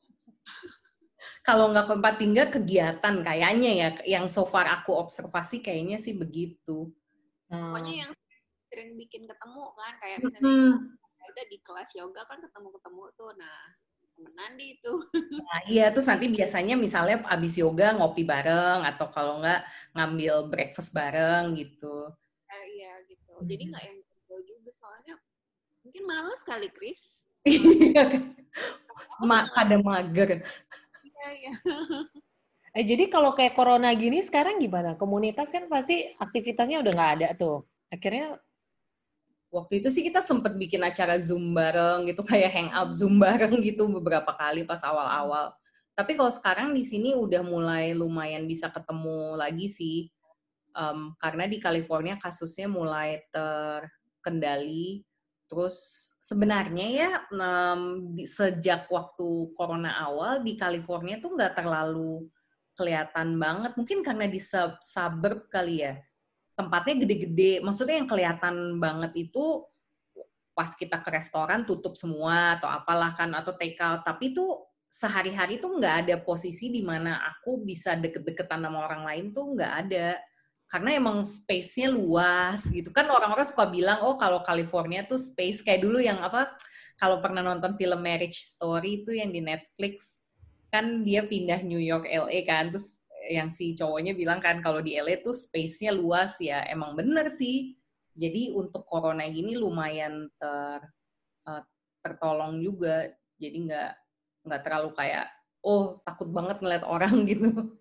Kalau nggak tempat tinggal, kegiatan kayaknya ya, yang so far aku observasi kayaknya sih begitu. Pokoknya yang sering bikin ketemu kan, kayak misalnya udah di kelas yoga kan ketemu tuh, nah temenan di itu. Nah, iya, terus nanti biasanya misalnya abis yoga ngopi bareng, atau kalau nggak ngambil breakfast bareng gitu. Iya gitu, jadi nggak yang jauh juga, soalnya mungkin males kali, Chris. Iya, pada mager. Iya. Jadi kalau kayak corona gini sekarang gimana? Komunitas kan pasti aktivitasnya udah nggak ada tuh. Akhirnya waktu itu sih kita sempet bikin acara Zoom bareng gitu, kayak hangout Zoom bareng gitu beberapa kali pas awal-awal. Tapi kalau sekarang di sini udah mulai lumayan bisa ketemu lagi sih. karena di California kasusnya mulai terkendali. Terus sebenarnya ya sejak waktu corona awal di California tuh nggak terlalu kelihatan banget. Mungkin karena di suburb kali ya. Tempatnya gede-gede. Maksudnya yang kelihatan banget itu pas kita ke restoran tutup semua atau apalah kan, atau take out. Tapi tuh sehari-hari tuh nggak ada posisi di mana aku bisa deket-deketan sama orang lain tuh nggak ada. Karena emang space-nya luas gitu. Kan orang-orang suka bilang, oh kalau California tuh space. Kayak dulu yang apa, kalau pernah nonton film Marriage Story itu yang di Netflix, kan dia pindah New York, LA kan. Terus yang si cowoknya bilang kan, kalau di LA tuh space-nya luas ya. Emang bener sih. Jadi untuk corona gini lumayan tertolong juga. Jadi nggak terlalu kayak, oh takut banget ngeliat orang gitu.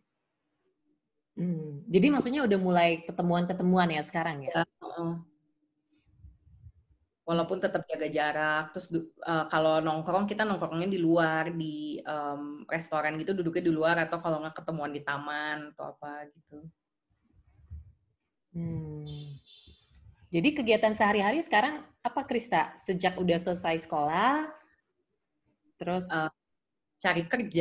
Jadi maksudnya udah mulai ketemuan-ketemuan ya sekarang ya? Walaupun tetap jaga jarak. Terus kalau nongkrong, kita nongkrongnya di luar, di restoran gitu, duduknya di luar, atau kalau nggak ketemuan di taman atau apa gitu. Jadi kegiatan sehari-hari sekarang apa, Krista? Sejak udah selesai sekolah, terus cari kerja.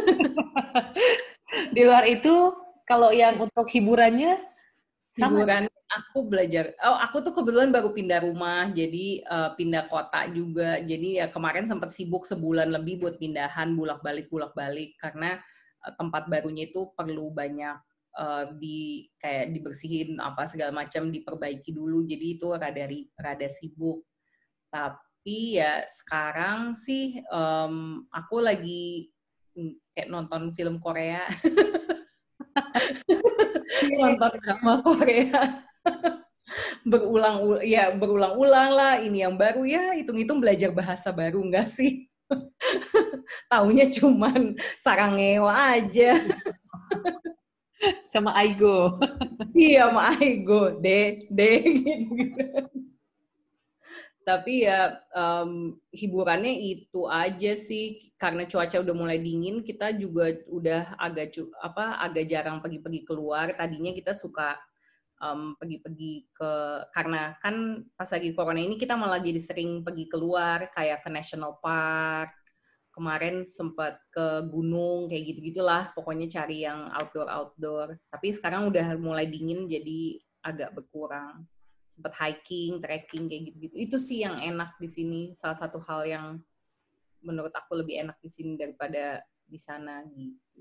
Di luar itu, kalau yang untuk hiburannya, sama? Hiburan, aku belajar. Oh, aku tuh kebetulan baru pindah rumah, jadi pindah kota juga. Jadi ya kemarin sempat sibuk sebulan lebih buat pindahan, bolak-balik, karena tempat barunya itu perlu banyak kayak dibersihin apa segala macam, diperbaiki dulu. Jadi itu rada sibuk. Tapi ya sekarang sih aku lagi kayak nonton film Korea. Nonton drama Korea. berulang-ulang lah, ini yang baru ya, hitung-hitung belajar bahasa baru enggak sih? Taunya cuman Sarangeo aja. Sama Aigo. Iya, sama Aigo, gitu. Tapi ya hiburannya itu aja sih, karena cuaca udah mulai dingin, kita juga udah agak jarang pergi-pergi keluar. Tadinya kita suka pergi-pergi karena kan pas lagi corona ini kita malah jadi sering pergi keluar, kayak ke National Park. Kemarin sempat ke gunung, kayak gitu-gitulah. Pokoknya cari yang outdoor. Tapi sekarang udah mulai dingin, jadi agak berkurang. Sempat hiking, trekking, kayak gitu-gitu. Itu sih yang enak di sini. Salah satu hal yang menurut aku lebih enak di sini daripada di sana gitu.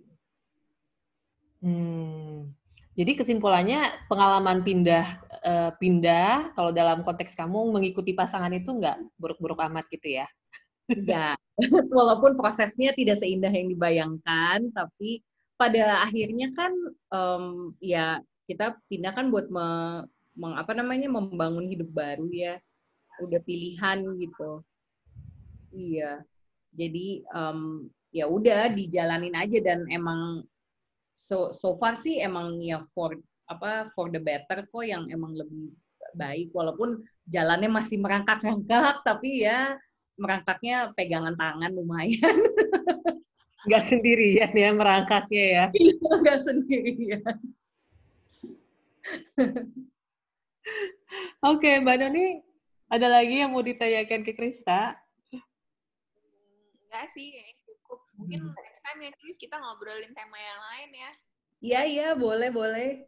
Jadi kesimpulannya pengalaman pindah kalau dalam konteks kamu mengikuti pasangan itu nggak buruk-buruk amat gitu ya? Enggak. Walaupun prosesnya tidak seindah yang dibayangkan, tapi pada akhirnya kan ya kita pindah kan buat membangun hidup baru ya. Udah pilihan gitu. Iya. Jadi ya udah dijalanin aja, dan emang so far sih emang ya for the better kok, yang emang lebih baik, walaupun jalannya masih merangkak-rangkak, tapi ya merangkaknya pegangan tangan lumayan. Nggak sendirian ya merangkaknya ya? Nggak sendirian. Oke, Mbak Noni, ada lagi yang mau ditanyakan ke Krista? Enggak sih, kayaknya cukup. Mungkin next time ya, Chris, kita ngobrolin tema yang lain ya. Iya, boleh.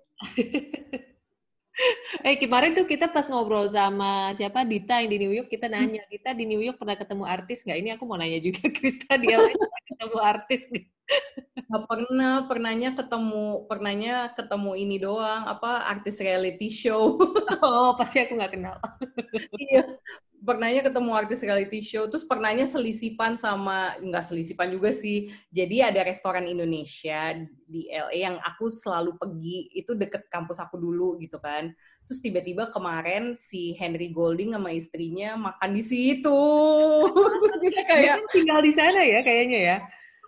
Kemarin tuh kita pas ngobrol sama siapa, Dita yang di New York, kita nanya, Dita di New York pernah ketemu artis nggak? Ini aku mau nanya juga, Krista, dia pernah ketemu artis nggak? Nggak pernahnya ketemu ini doang, artis reality show. Oh, pasti aku nggak kenal. Iya, pernahnya ketemu artis reality show, terus pernahnya nggak selisipan juga sih. Jadi ada restoran Indonesia di LA yang aku selalu pergi, itu deket kampus aku dulu gitu kan. Terus tiba-tiba kemarin si Henry Golding sama istrinya makan di situ. Terus kita kayak dia tinggal di sana ya kayaknya ya.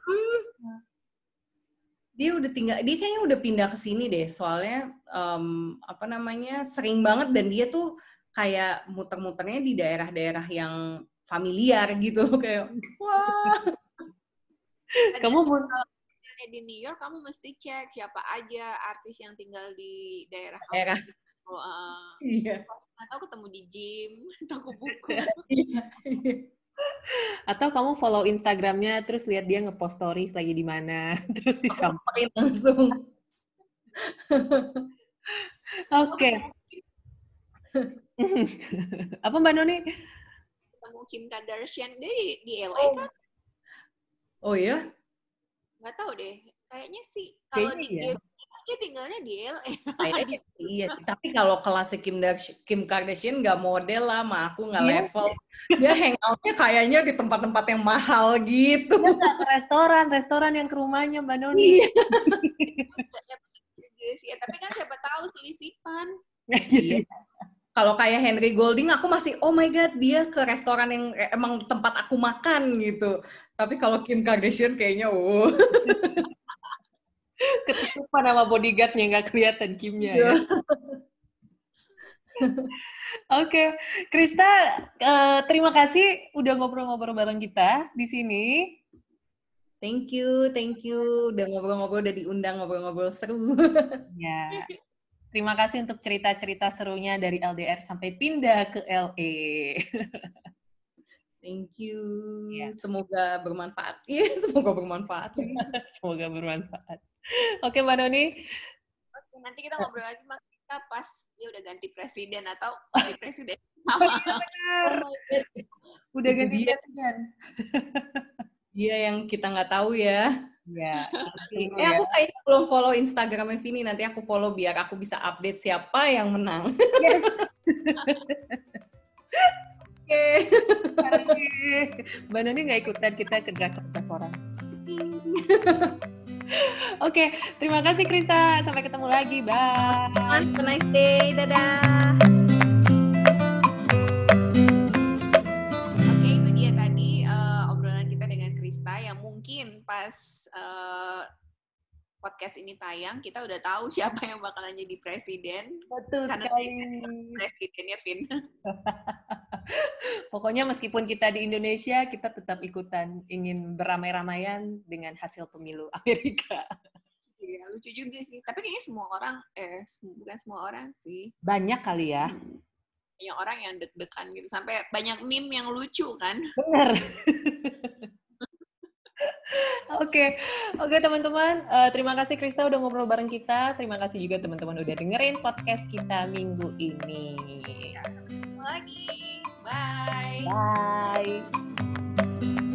Dia kayaknya udah pindah ke sini deh, soalnya sering banget, dan dia tuh kayak muter-muternya di daerah-daerah yang familiar gitu, kayak wah. Kamu misalnya di New York, kamu mesti cek siapa aja artis yang tinggal di daerah kamu. Daerah. Iya. Atau ketemu di gym, toko buku. Iya. Atau kamu follow Instagramnya, terus lihat dia ngepost stories lagi di mana, terus disamperin langsung. Oke. Apa Mbak Noni? Ketemu Kim Kardashian di LA kan? Oh ya? Nggak tahu deh. Kayaknya sih kalau di ya. Dia tinggalnya di LA. Iya, tapi kalau kelasnya Kim Kardashian nggak model lah, sama aku nggak level. Dia hangoutnya kayaknya di tempat-tempat yang mahal gitu. Dia nggak ke restoran yang ke rumahnya Mbak Noni. Iya, tapi kan siapa tahu selisipan. Iya. Kalau kayak Henry Golding, aku masih, oh my god, dia ke restoran yang emang tempat aku makan gitu. Tapi kalau Kim Kardashian kayaknya, ketutupan sama bodyguard-nya, nggak kelihatan Kimnya ya. Oke, Krista, terima kasih udah ngobrol-ngobrol bareng kita di sini. Thank you. Udah ngobrol-ngobrol, udah diundang ngobrol-ngobrol seru. Ya. Terima kasih untuk cerita-cerita serunya dari LDR sampai pindah ke LA. Thank you. Ya. Semoga bermanfaat. Iya, semoga bermanfaat. Semoga bermanfaat. Oke, Mbak Noni. Oke, nanti kita ngobrol lagi sama kita pas dia udah ganti presiden atau ganti presiden sama. Udah ganti presiden. Dia yang kita nggak tahu ya. Ya. Aku kayaknya belum follow Instagramnya Vini. Nanti aku follow biar aku bisa update siapa yang menang. Yes. Oke. Mbak Noni nggak ikutan, kita ke orang. Oke, terima kasih Krista. Sampai ketemu lagi. Bye. Have a nice day. Dadah. Oke, itu dia tadi obrolan kita dengan Krista yang mungkin pas podcast ini tayang, kita udah tahu siapa yang bakalan jadi presiden. Betul karena sekali. Presidennya Vin. Pokoknya meskipun kita di Indonesia, kita tetap ikutan ingin beramai-ramaian dengan hasil pemilu Amerika. Iya, lucu juga sih. Tapi kayaknya semua orang, bukan semua orang sih. Banyak kali ya. Banyak orang yang deg-degan gitu. Sampai banyak meme yang lucu kan. Bener. Oke, teman-teman. Terima kasih Krista udah ngobrol bareng kita. Terima kasih juga teman-teman udah dengerin podcast kita minggu ini. Ketemu lagi. Bye. Bye.